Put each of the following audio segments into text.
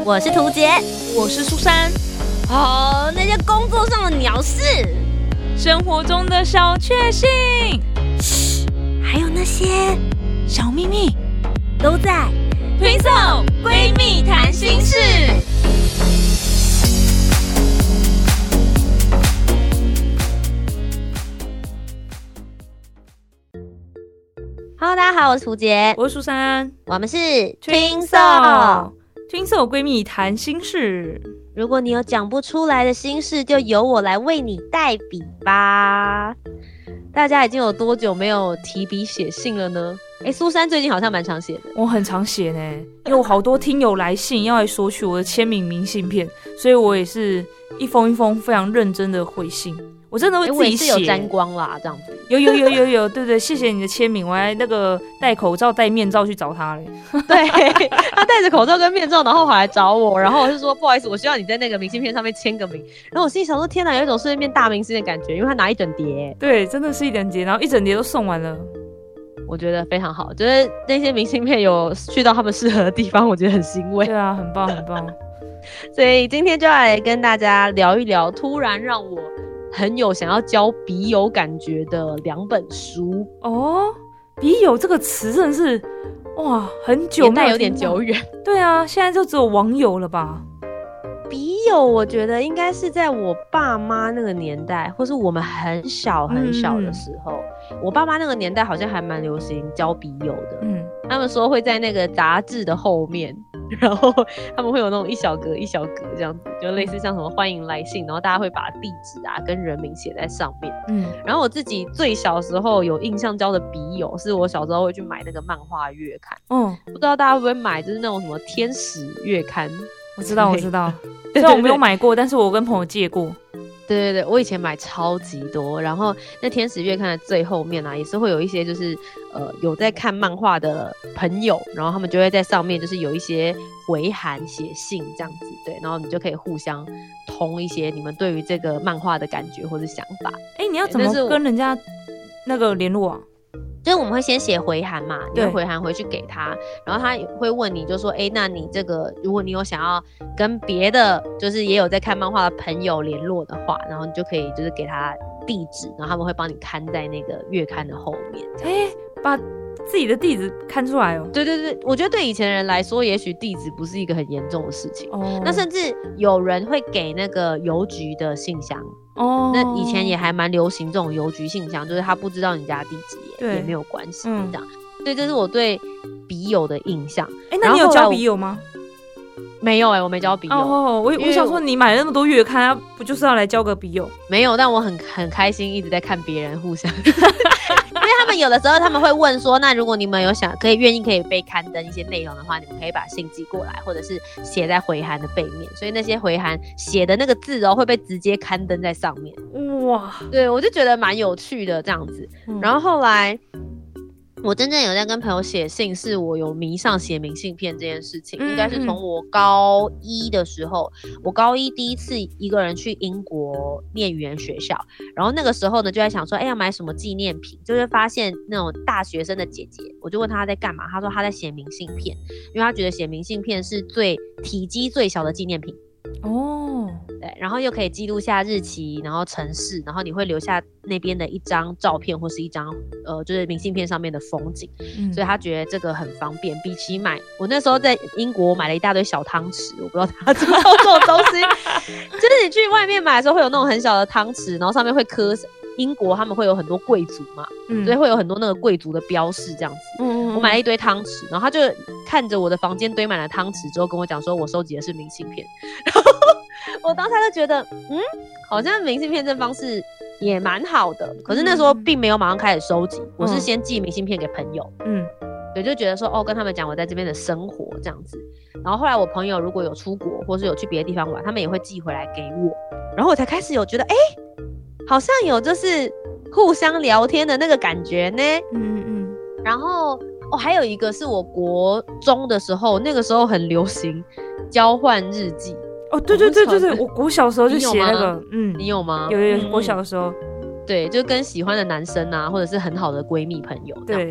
我是涂杰， 我是苏珊。 那些工作上的鸟事， 生活中的小确幸， 还有那些小秘密， 都在推送闺蜜谈心事。 Hello， 大家好，我是涂杰， 我是苏珊， 我们是 Twinso 闺蜜谈心事。 如果你有讲不出来的心事，就由我来为你代笔吧。大家已经有多久没有提笔写信了呢？苏珊最近好像蛮常写的。 我很常写呢，因为我好多听友来信要来索取我的签名明信片，所以我也是一封一封非常认真的回信。我真的会自己写， 我也是有沾光啦，这样子。 有，对，谢谢你的签名。我还那个戴口罩、戴面罩去找他嘞。 对，他戴着口罩跟面罩，然后跑来找我，然后我就说不好意思，我需要你在那个明信片上面签个名。然后我心里想说，天哪，有一种瞬间变大明星的感觉，因为他拿一整叠。 对，真的是一整叠，然后一整叠都送完了。 我觉得非常好，就是那些明信片有去到他们适合的地方，我觉得很欣慰。 对啊，很棒很棒。 所以今天就要来跟大家聊一聊，突然让我很有想要交笔友感觉的2本书哦。笔友这个词真的是哇，很久没有听到， 有点久远。 对啊，现在就只有网友了吧？ 笔友我觉得应该是在我爸妈那个年代，或是我们很小很小的时候，我爸妈那个年代好像还蛮流行交笔友的。他们说会在那个杂志的后面，然后他们会有那种一小格一小格这样子，就类似像什么欢迎来信，然后大家会把地址啊跟人名写在上面。然后我自己最小时候有印象交的笔友，是我小时候会去买那个漫画月刊。不知道大家会不会买，就是那种什么天使月刊。 我知道，虽然我没有买过，但是我跟朋友借过。 对，我以前买超级多，然后那天使月刊的最后面啊，也是会有一些就是有在看漫画的朋友，然后他们就会在上面就是有一些回函写信这样子，对，然后你就可以互相通一些你们对于这个漫画的感觉或是想法。 你要怎么跟人家那个联络啊？ 就是我们会先写回函嘛，你会回函回去给他，然后他会问你，就说，那你这个如果你有想要跟别的就是也有在看漫画的朋友联络的话，然后你就可以就是给他地址，然后他们会帮你刊在那个月刊的后面。 把自己的地址看出来哦。 对，我觉得对以前人来说，也许地址不是一个很严重的事情。那甚至有人会给那个邮局的信箱。那以前也还蛮流行这种邮局信箱，就是他不知道你家地址也没有关系，这样。所以这是我对笔友的印象。 那你有交笔友吗？ 没有我没交笔友。 我想说你买了那么多月刊，不就是要来交个笔友？ 没有，但我很开心，一直在看别人互相。因为他们有的时候他们会问说，那如果你们有愿意可以被刊登一些内容的话，你们可以把信寄过来，或者是写在回函的背面，所以那些回函写的那个字会被直接刊登在上面。哇，对，我就觉得蛮有趣的这样子。然后后来我真正有在跟朋友写信，是我有迷上写明信片这件事情，应该是从我高一的时候。我高一第一次一个人去英国念语言学校，然后那个时候呢就在想说，要买什么纪念品，就是发现那种大学生的姐姐，我就问她在干嘛，她说她在写明信片，因为她觉得写明信片是体积最小的纪念品。对，然后又可以记录下日期，然后城市，然后你会留下那边的一张照片或是一张就是明信片上面的风景，所以他觉得这个很方便。比起我那时候在英国买了一大堆小汤匙，我不知道他知道这种东西，就是你去外面买的时候会有那种很小的汤匙，然后上面会刻。英国他们会有很多贵族嘛，所以会有很多那个贵族的标示这样子。我买了一堆汤匙，然后他就看着我的房间堆满了汤匙之后跟我讲说，我收集的是明信片。然后我当时就觉得，好像明信片这方式也蛮好的。可是那时候并没有马上开始收集，我是先寄明信片给朋友。对，就觉得说，跟他们讲我在这边的生活这样子。然后后来我朋友如果有出国或是有去别的地方玩，他们也会寄回来给我。然后我才开始有觉得，好像有就是互相聊天的那个感觉呢。然后还有一个是我国中的时候，那个时候很流行交换日记。 对，我小时候就写那个。 你有吗？ 有，我小的时候。 对，就跟喜欢的男生啊，或者是很好的闺蜜朋友这样子。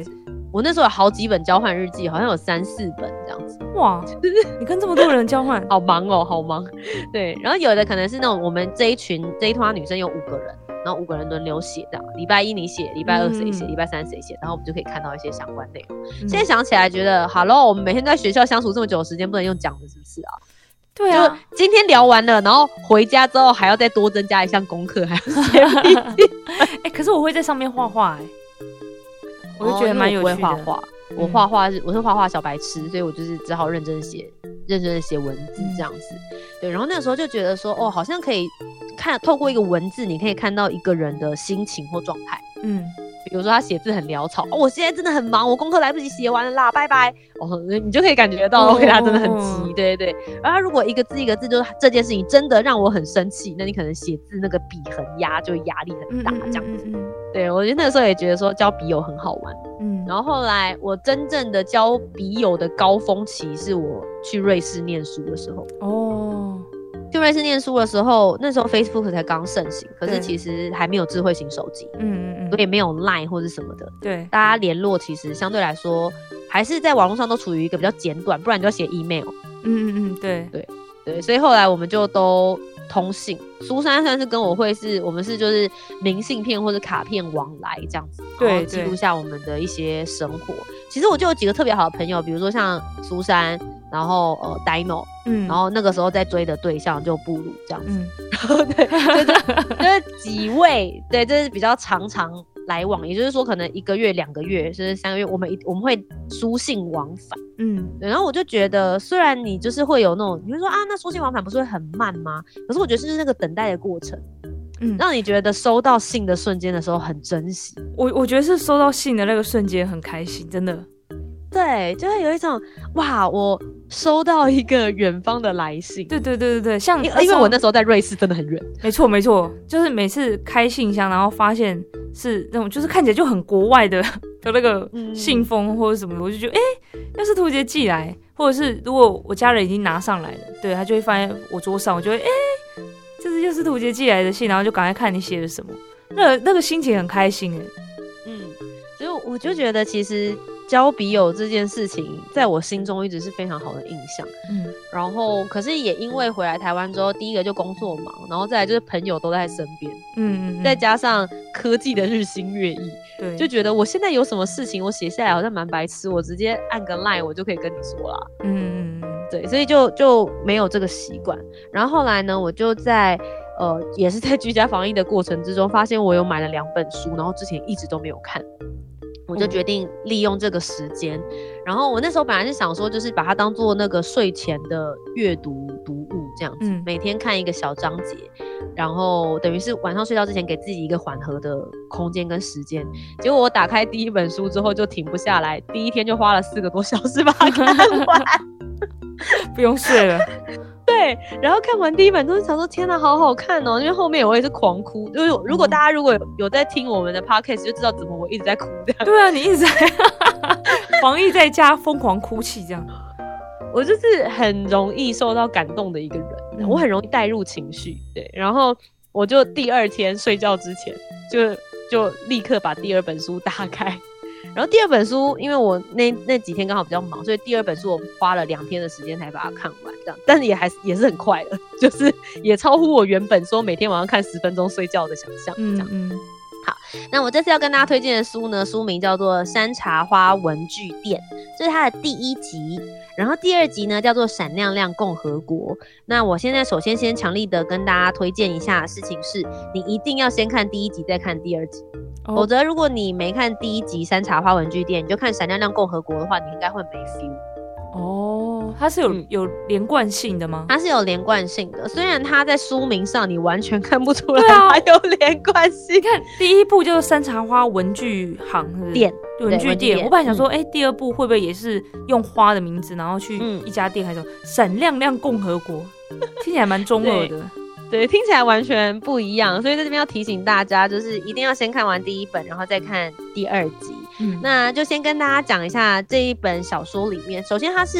我那时候有好几本交换日记，好像有3-4本这样子。 哇，你跟这么多人交换， 好忙哦，好忙。对，然后有的可能是那种我们这一团女生有5个人，然后5个人轮流写，这样礼拜1你写，礼拜2谁写，礼拜3谁写，然后我们就可以看到一些相关内容。现在想起来觉得，Hello，我们每天在学校相处这么久的时间，不能用讲的，是不是啊？ 对啊， 就今天聊完了，然后回家之后还要再多增加一项功课，还要写笔记。 可是我会在上面画画，我就觉得蛮有趣的。 我会画画，我是画画小白痴，所以我就是只好认真的写文字这样子。对，然后那个时候就觉得说，哦，好像可以透过一个文字，你可以看到一个人的心情或状态。比如说他写字很潦草，我现在真的很忙，我功课来不及写完了啦，拜拜。你就可以感觉到，OK，他真的很急，对对对。然后他如果一个字一个字，就是这件事情真的让我很生气，那你可能写字那个笔很压，就压力很大这样子。对，我觉得那个时候也觉得说交笔友很好玩。然后后来我真正的交笔友的高峰期是我去瑞士念书的时候。去瑞士念书的时候，那时候 Facebook 才刚盛行，可是其实还没有智慧型手机，所以没有 Line 或者什么的。对，大家联络其实相对来说还是在网络上都处于一个比较简短，不然你就要写 email。对，所以后来我们就都通信。苏珊算是跟我我们是就是明信片或者卡片往来这样子，然后记录下我们的一些生活。其实我就有几个特别好的朋友，比如说像苏珊，然后Dino，然后那个时候在追的对象就布鲁这样子，然后对，就是几位，对，这是比较常来往，也就是说可能1个月、2个月甚至3个月，我们会书信往返。对，然后我就觉得，虽然你就是会有那种，你会说啊，那书信往返不是会很慢吗？可是我觉得是那个等待的过程，让你觉得收到信的瞬间的时候很珍惜。 我觉得是收到信的那个瞬间很开心，真的。 对，就会有一种哇，我收到一个远方的来信。 对，像因为我那时候在瑞士真的很远。没错，就是每次开信箱，然后发现是那种就是看起来就很国外的那个信封或者什么的，我就觉得要是屠洁寄来，或者是如果我家人已经拿上来了，对，他就会放在我桌上，我就会这就是屠洁寄来的信，然后就赶快看你写的什么，那个心情很开心所以我就觉得其实交笔友这件事情在我心中一直是非常好的印象。然后可是也因为回来台湾之后，第一个就工作忙，然后再来就是朋友都在身边，再加上科技的日新月异，对，就觉得我现在有什么事情我写下来好像蛮白痴，我直接按个 line 我就可以跟你说啦。对，所以就没有这个习惯。然后后来呢，我就在也是在居家防疫的过程之中，发现我有买了2本书，然后之前一直都没有看。我就决定利用这个时间，然后我那时候本来是想说，就是把它当做那个睡前的阅读物这样子，每天看一个小章节，然后等于是晚上睡觉之前给自己一个缓和的空间跟时间。结果我打开第1本书之后就停不下来，第一天就花了4个多小时把它看完， 不用睡了。 对，然后看完第1本都想说天哪，好好看哦！因为后面我也是狂哭，就是如果大家有在听我们的 podcast 就知道怎么我一直在哭这样。 对啊，你一直在防疫在家疯狂哭泣这样。 我就是很容易受到感动的一个人，我很容易带入情绪。对，然后我就第2天睡觉之前就立刻把第2本书打开。然后第2本书，因为我那几天刚好比较忙，所以第2本书我花了2天的时间才把它看完，这样，但是也是很快了，就是也超乎我原本说每天晚上看10分钟睡觉的想象，这样。好，那我这次要跟大家推荐的书呢，书名叫做《山茶花文具店》，这是它的第1集。然后第2集呢叫做《闪亮亮共和国》。那我现在首先强力的跟大家推荐一下的事情是，你一定要先看第1集再看第2集，否则如果你没看第1集《山茶花文具店》，你就看《闪亮亮共和国》的话，你应该会没 feel。 它是有连贯性的吗？ 它是有连贯性的，虽然它在书名上你完全看不出来它有连贯性。你看第1部就是山茶花文具行是不是店， 文具店。我本来想说，第2部会不会也是用花的名字，然后去一家店，还是闪亮亮共和国，听起来蛮中二的。 对，听起来完全不一样，所以在这边要提醒大家，就是一定要先看完第1本，然后再看第2集。那就先跟大家讲一下这一本小说里面，首先它是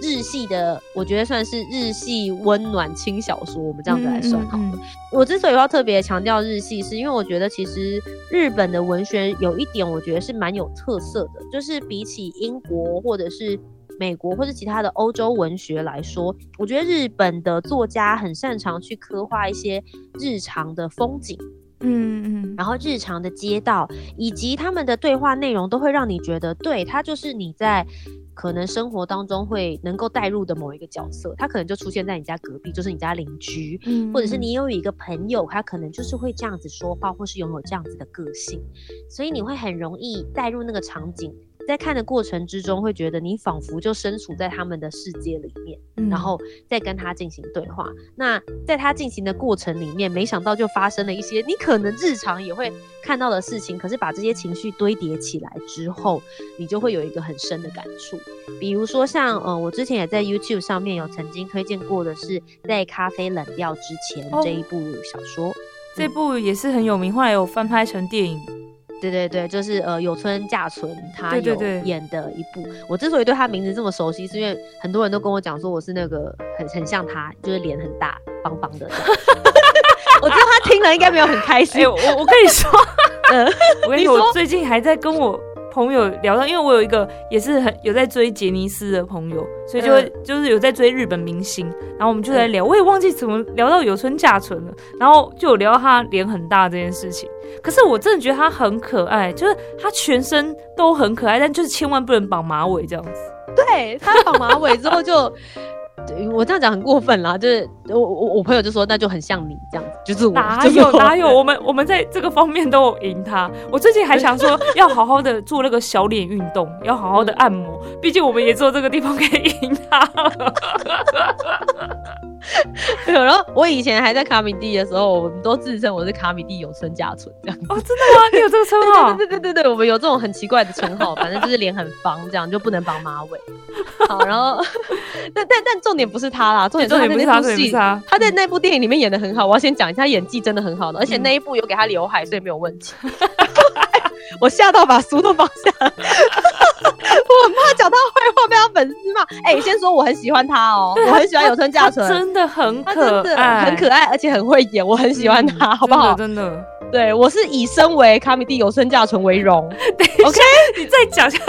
日系的，我觉得算是日系温暖轻小说，我们这样子来算好了。我之所以要特别强调日系，是因为我觉得其实日本的文学有一点我觉得是蛮有特色的，就是比起英国或者是美国或是其他的欧洲文学来说，我觉得日本的作家很擅长去刻画一些日常的风景，然后日常的街道以及他们的对话内容都会让你觉得，对，他就是你在可能生活当中会能够带入的某一个角色，他可能就出现在你家隔壁，就是你家邻居，或者是你有一个朋友，他可能就是会这样子说话，或是拥有这样子的个性，所以你会很容易带入那个场景，在看的过程之中会觉得你仿佛就身处在他们的世界里面，然后再跟他进行对话。那在他进行的过程里面，没想到就发生了一些你可能日常也会看到的事情，可是把这些情绪堆叠起来之后，你就会有一个很深的感触。比如说像我之前也在 YouTube 上面有曾经推荐过的是在咖啡冷掉之前这一部小说， 这部也是很有名，后来有翻拍成电影。 对对对，就是有村架纯他有演的一部。我之所以对他名字这么熟悉，是因为很多人都跟我讲说我是那个很像他，就是脸很大方方的我知道他听了应该没有很开心。 我跟你说我跟你说，我最近还在跟我朋友聊到，因为我有一个也是有在追杰尼斯的朋友，所以就是有在追日本明星，然后我们就在聊，我也忘记怎么聊到有村架纯了，然后就有聊到他脸很大这件事情。可是我真的觉得他很可爱，就是他全身都很可爱，但就是千万不能绑马尾这样子。 对，他绑马尾之后就我这样讲很过分啦，就是我朋友就说那就很像你这样子，就是我哪有我们在这个方面都有赢他。我最近还想说要好好的做那个小脸运动，要好好的按摩，毕竟我们也做这个地方可以赢他对，然后我以前还在卡米蒂的时候，我们都自称我是卡米蒂有村架纯这样子。 哦，真的吗？你有这个称号？ 对，我们有这种很奇怪的称号，反正就是脸很方，这样就不能绑马尾。好，然后但重点不是他啦，重点是他在那部戏，他在那部电影里面演得很好。我要先讲一下，他演技真的很好的，而且那一部有给他刘海，所以没有问题。我吓到把书都放下了。我很怕讲他坏话被他粉丝骂。先说我很喜欢他哦，我很喜欢有村架纯， 真的很可爱， 很可爱，而且很会演，我很喜欢他，好不好？ 真的， 对，我是以身为卡米蒂有村架纯为荣。 OK， 你再讲下去。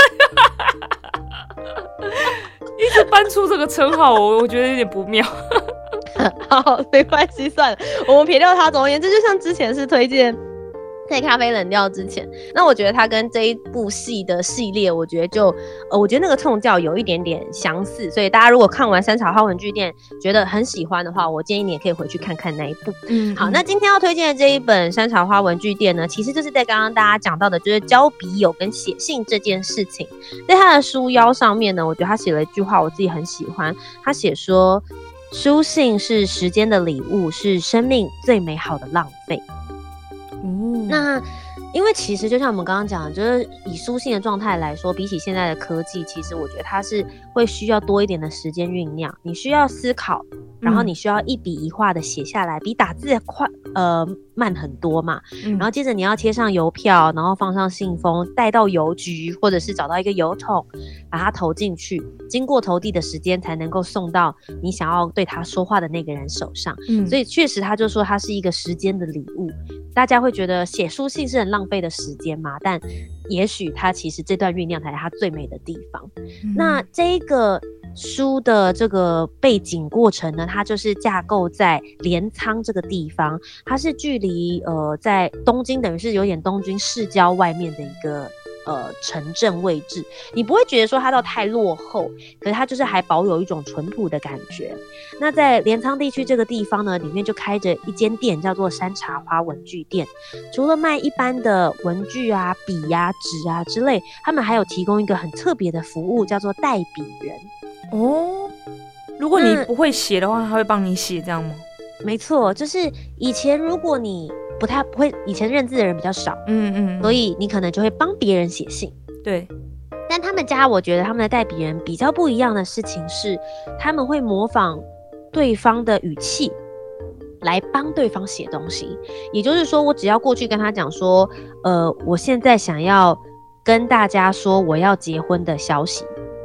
一直搬出这个称号，我觉得有点不妙。 好，没关系，算了，我们撇掉他。总而言之，就像之前是推荐在咖啡冷掉之前，那我觉得他跟这一部戏的系列，我觉得我觉得那个冲教有一点点相似，所以大家如果看完山茶花文具店觉得很喜欢的话，我建议你也可以回去看看那一部。好，那今天要推荐的这一本山茶花文具店呢，其实就是在刚刚大家讲到的，就是交笔友跟写信这件事情，在他的书腰上面呢，我觉得他写了一句话，我自己很喜欢，他写说，书信是时间的礼物，是生命最美好的浪费。那因为其实就像我们刚刚讲的，就是以书信的状态来说，比起现在的科技，其实我觉得它是会需要多一点的时间酝酿，你需要思考，然后你需要一笔一画的写下来，比打字慢很多嘛。然后接着你要贴上邮票，然后放上信封，带到邮局，或者是找到一个邮筒，把它投进去，经过投递的时间才能够送到你想要对他说话的那个人手上。所以确实他就说它是一个时间的礼物。大家会觉得写书信是很浪费的时间嘛？但也许它其实这段酝酿才是它最美的地方。那这个书的这个背景过程呢，它就是架构在镰仓这个地方，它是距离在东京，等于是有点东京市郊外面的一个城镇位置，你不会觉得说它到太落后，可是它就是还保有一种淳朴的感觉。那在镰仓地区这个地方呢，里面就开着一间店，叫做山茶花文具店。除了卖一般的文具啊、笔啊、纸啊之类，他们还有提供一个很特别的服务，叫做代笔人。 哦，如果你不会写的话，他会帮你写，这样吗？ 没错，就是以前如果你不会，以前认字的人比较少，所以你可能就会帮别人写信。 对， 但他们家我觉得他们的代笔人比较不一样的事情是，他们会模仿对方的语气来帮对方写东西。也就是说，我只要过去跟他讲说，我现在想要跟大家说我要结婚的消息。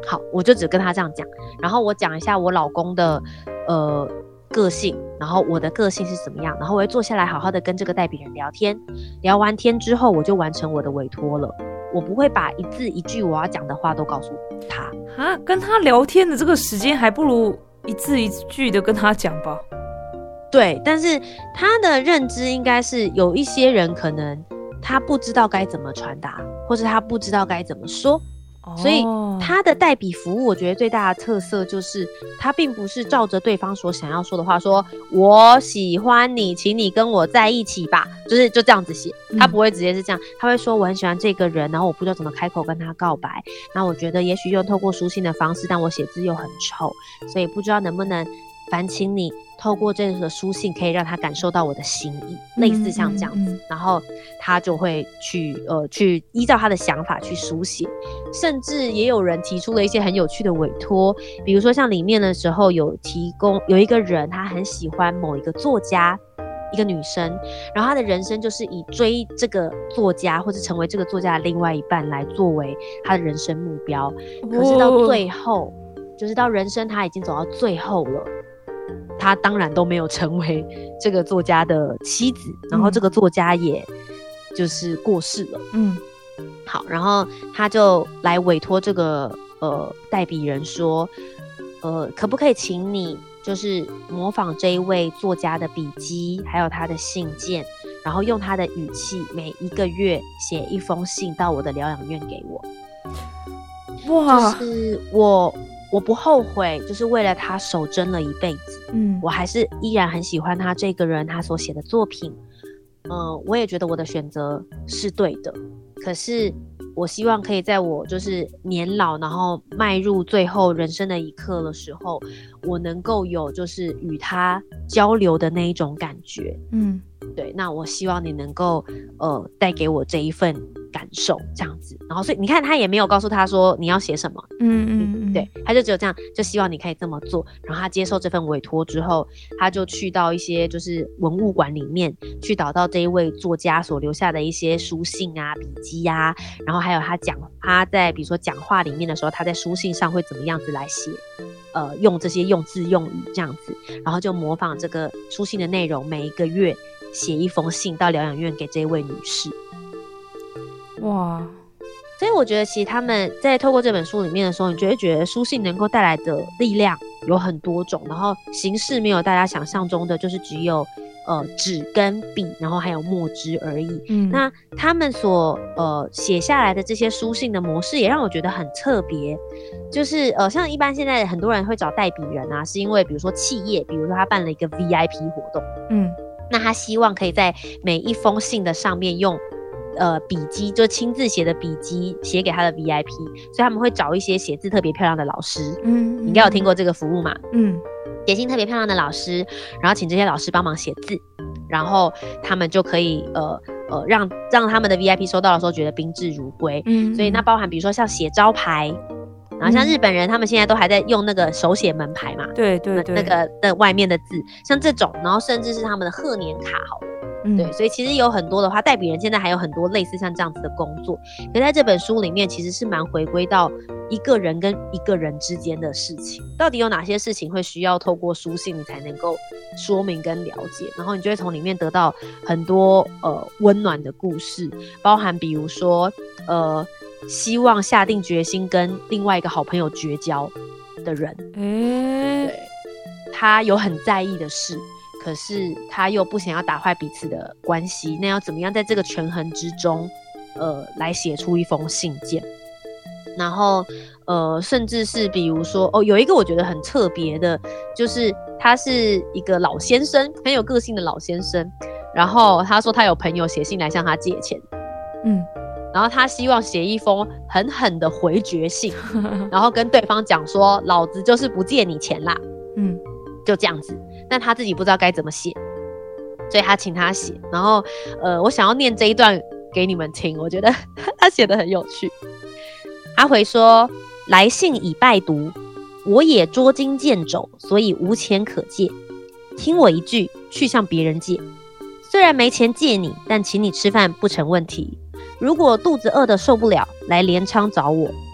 好，我就只跟他这样讲，然后我讲一下我老公的个性，然后我的个性是怎么样，然后我会坐下来好好的跟这个代笔人聊天，聊完天之后我就完成我的委托了。我不会把一字一句我要讲的话都告诉他啊，跟他聊天的这个时间还不如一字一句的跟他讲吧。 对，但是他的认知应该是有一些人可能他不知道该怎么传达，或是他不知道该怎么说，所以他的代笔服务我觉得最大的特色就是他并不是照着对方所想要说的话说我喜欢你请你跟我在一起吧，就这样子写，他不会直接是这样，他会说我很喜欢这个人，然后我不知道怎么开口跟他告白，那我觉得也许用透过书信的方式，但我写字又很丑，所以不知道能不能烦请你透过这个书信可以让他感受到我的心意，类似像这样子，然后他就会去依照他的想法去书写，甚至也有人提出了一些很有趣的委托，比如说像里面的时候有一个人他很喜欢某一个作家，一个女生，然后她的人生就是以追这个作家或是成为这个作家的另外一半来作为她的人生目标，可是到最后就是到人生他已经走到最后了，他当然都没有成为这个作家的妻子，然后这个作家也就是过世了。好，然后他就来委托这个代笔人说，可不可以请你就是模仿这一位作家的笔迹，还有他的信件，然后用他的语气，每一个月写一封信到我的疗养院给我。哇，就是我不后悔，就是为了他守贞了一辈子。我还是依然很喜欢他这个人，他所写的作品。我也觉得我的选择是对的。可是我希望可以在我就是年老，然后迈入最后人生的一刻的时候，我能够有就是与他交流的那一种感觉。对，那我希望你能够带给我这一份感受，这样子。然后所以你看他也没有告诉他说你要写什么，对，他就只有这样，就希望你可以这么做。然后他接受这份委托之后，他就去到一些就是文物馆里面去找到这一位作家所留下的一些书信啊、笔记啊，然后还有他在比如说讲话里面的时候，他在书信上会怎么样子来写，用这些用字用语这样子，然后就模仿这个书信的内容，每一个月写一封信到疗养院给这位女士。哇，所以我觉得其实他们在透过这本书里面的时候，你就会觉得书信能够带来的力量有很多种，然后形式没有大家想象中的就是只有纸跟笔，然后还有墨汁而已。那他们所写下来的这些书信的模式也让我觉得很特别，就是像一般现在很多人会找代笔人啊，是因为比如说企业，比如说他办了一个 VIP 活动，那他希望可以在每一封信的上面用笔迹，就亲自写的笔迹写给他的 VIP， 所以他们会找一些写字特别漂亮的老师，你应该有听过这个服务嘛？写信特别漂亮的老师，然后请这些老师帮忙写字，然后他们就可以让他们的 VIP 收到的时候觉得宾至如归。所以那包含比如说像写招牌，然后像日本人他们现在都还在用那个手写门牌嘛，对，那个的外面的字，像这种，然后甚至是他们的贺年卡好了。对，所以其实有很多的话，代笔人现在还有很多类似像这样子的工作，可在这本书里面其实是蛮回归到一个人跟一个人之间的事情，到底有哪些事情会需要透过书信你才能够说明跟了解，然后你就会从里面得到很多温暖的故事，包含比如说希望下定决心跟另外一个好朋友绝交的人，对，他有很在意的事，可是他又不想要打坏彼此的关系，那要怎么样在这个权衡之中来写出一封信件。然后甚至是比如说有一个我觉得很特别的，就是他是一个老先生，很有个性的老先生，然后他说他有朋友写信来向他借钱，然后他希望写一封很狠的回绝信然后跟对方讲说老子就是不借你钱啦，就这样子，但他自己不知道该怎么写，所以他请他写，然后我想要念这一段给你们听，我觉得他写得很有趣。阿回说，来信已拜读，我也捉襟见肘，所以无钱可借，听我一句，去向别人借，虽然没钱借你，但请你吃饭不成问题，如果肚子饿得受不了，来镰仓找我，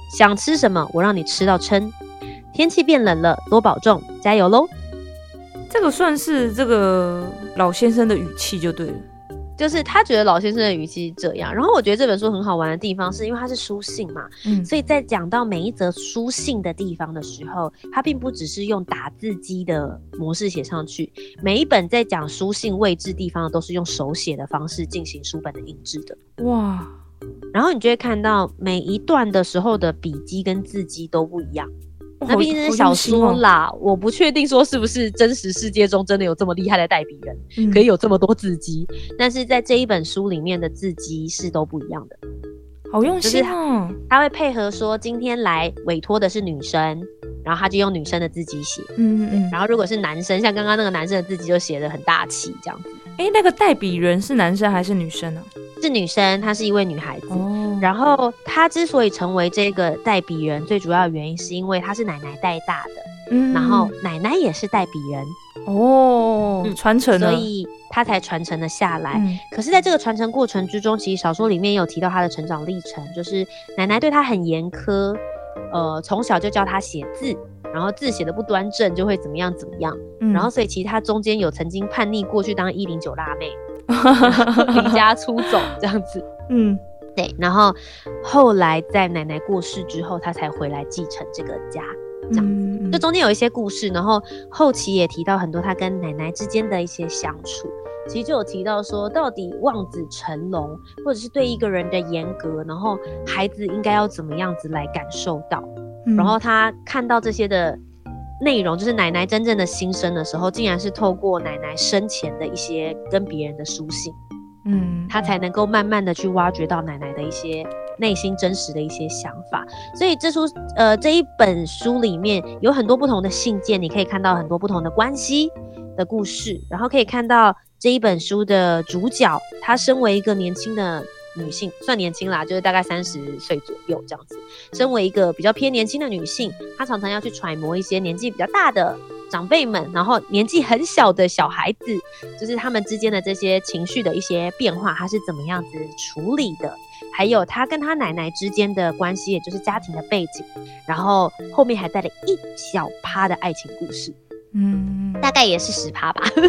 想吃什么我让你吃到撑，天气变冷了多保重，加油咯。 这个算是这个老先生的语气就对了， 就是他觉得老先生的语气是这样。然后我觉得这本书很好玩的地方是因为它是书信嘛，所以在讲到每一则书信的地方的时候，它并不只是用打字机的模式写上去，每一本在讲书信位置地方的都是用手写的方式进行书本的印制的。哇！然后你就会看到每一段的时候的笔迹跟字迹都不一样。那毕竟是小说啦，我不确定说是不是真实世界中真的有这么厉害的代笔人，可以有这么多字迹，但是在这一本书里面的字迹是都不一样的。 好用心哦！他会配合说今天来委托的是女生，然后他就用女生的字迹写，然后如果是男生，像刚刚那个男生的字迹就写得很大气这样子。 那个代笔人是男生还是女生呢？ 是女生，她是一位女孩子。然后她之所以成为这个代笔人，最主要的原因是因为她是奶奶带大的，然后奶奶也是代笔人传承了， 所以她才传承了下来。可是在这个传承过程之中，其实小说里面有提到她的成长历程，就是奶奶对她很严苛，从小就教她写字，然后字写的不端正就会怎么样怎么样，然后所以其实她中间有曾经叛逆过去当109辣妹离家出走这样子。对，然后后来在奶奶过世之后，她才回来继承这个家这样子。就中间有一些故事，然后后期也提到很多她跟奶奶之间的一些相处，其实就有提到说到底望子成龙或者是对一个人的严格，然后孩子应该要怎么样子来感受到，然后他看到这些的内容，就是奶奶真正的心声的时候，竟然是透过奶奶生前的一些跟别人的书信，他才能够慢慢的去挖掘到奶奶的一些内心真实的一些想法。所以这一本书里面有很多不同的信件，你可以看到很多不同的关系的故事，然后可以看到这一本书的主角，她身为一个年轻的女性，算年轻啦，就是大概30岁左右这样子。身为一个比较偏年轻的女性，她常常要去揣摩一些年纪比较大的长辈们，然后年纪很小的小孩子，就是他们之间的这些情绪的一些变化，她是怎么样子处理的，还有她跟她奶奶之间的关系，也就是家庭的背景，然后后面还带了一小趴的爱情故事。大概也是10%吧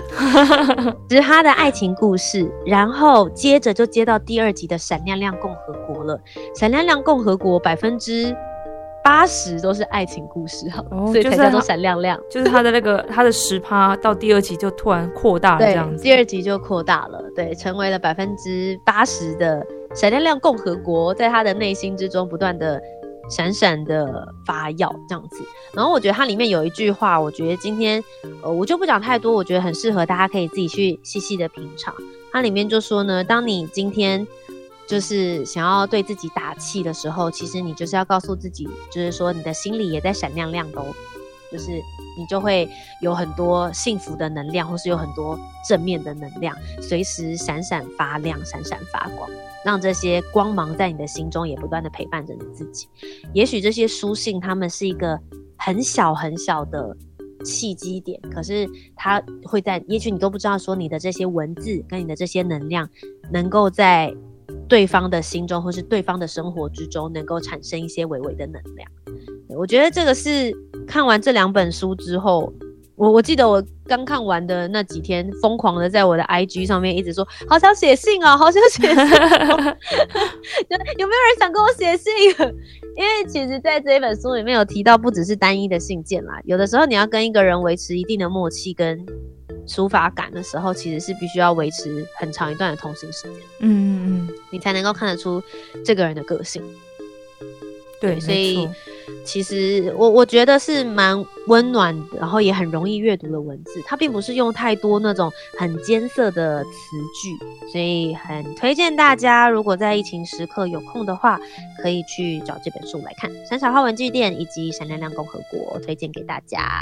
，10%的爱情故事，然后接着就接到第2集的闪亮亮共和国了。闪亮亮共和国80%都是爱情故事，所以才叫做闪亮亮。 就是他的10%到第2集就突然扩大了这样子， 第2集就扩大了，对，成为了80%的闪亮亮共和国，在他的内心之中不断的闪闪的发耀这样子。然后我觉得它里面有一句话，我觉得今天我就不讲太多，我觉得很适合大家可以自己去细细的品尝。它里面就说呢，当你今天就是想要对自己打气的时候，其实你就是要告诉自己，就是说你的心里也在闪亮亮的就是你就会有很多幸福的能量，或是有很多正面的能量，随时闪闪发亮，闪闪发光，让这些光芒在你的心中也不断的陪伴着你自己。也许这些书信它们是一个很小很小的契机点，可是它会在，也许你都不知道说你的这些文字跟你的这些能量能够在对方的心中或是对方的生活之中能够产生一些微微的能量。我觉得这个是看完这2本书之后，我记得我刚看完的那几天，疯狂的在我的 IG 上面一直说好想写信哦，好想写信哦有没有人想跟我写信？因为其实在这一本书里面有提到，不只是单一的信件啦，有的时候你要跟一个人维持一定的默契跟抒发感的时候，其实是必须要维持很长一段的通信时间，你才能够看得出这个人的个性。对，所以其实我觉得是蛮温暖的，然后也很容易阅读的文字，它并不是用太多那种很艰涩的词句，所以很推荐大家，如果在疫情时刻有空的话，可以去找这本书来看。闪闪花文具店以及闪亮亮共和国推荐给大家。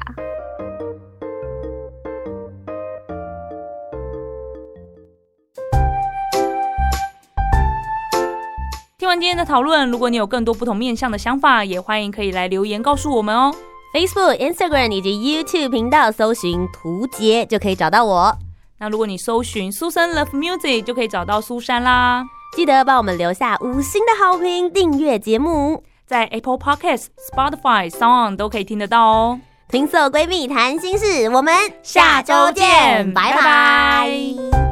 听完今天的讨论，如果你有更多不同面向的想法，也欢迎可以来留言告诉我们哦。 Facebook、Instagram 以及 YouTube 频道搜寻涂杰就可以找到我。 那如果你搜寻 Susan Love Music 就可以找到苏珊啦。 记得帮我们留下5星的好评，订阅节目。 在 Apple Podcast、Spotify、SoundOn 都可以听得到哦。 情色闺蜜谈心事，我们下周见，拜拜。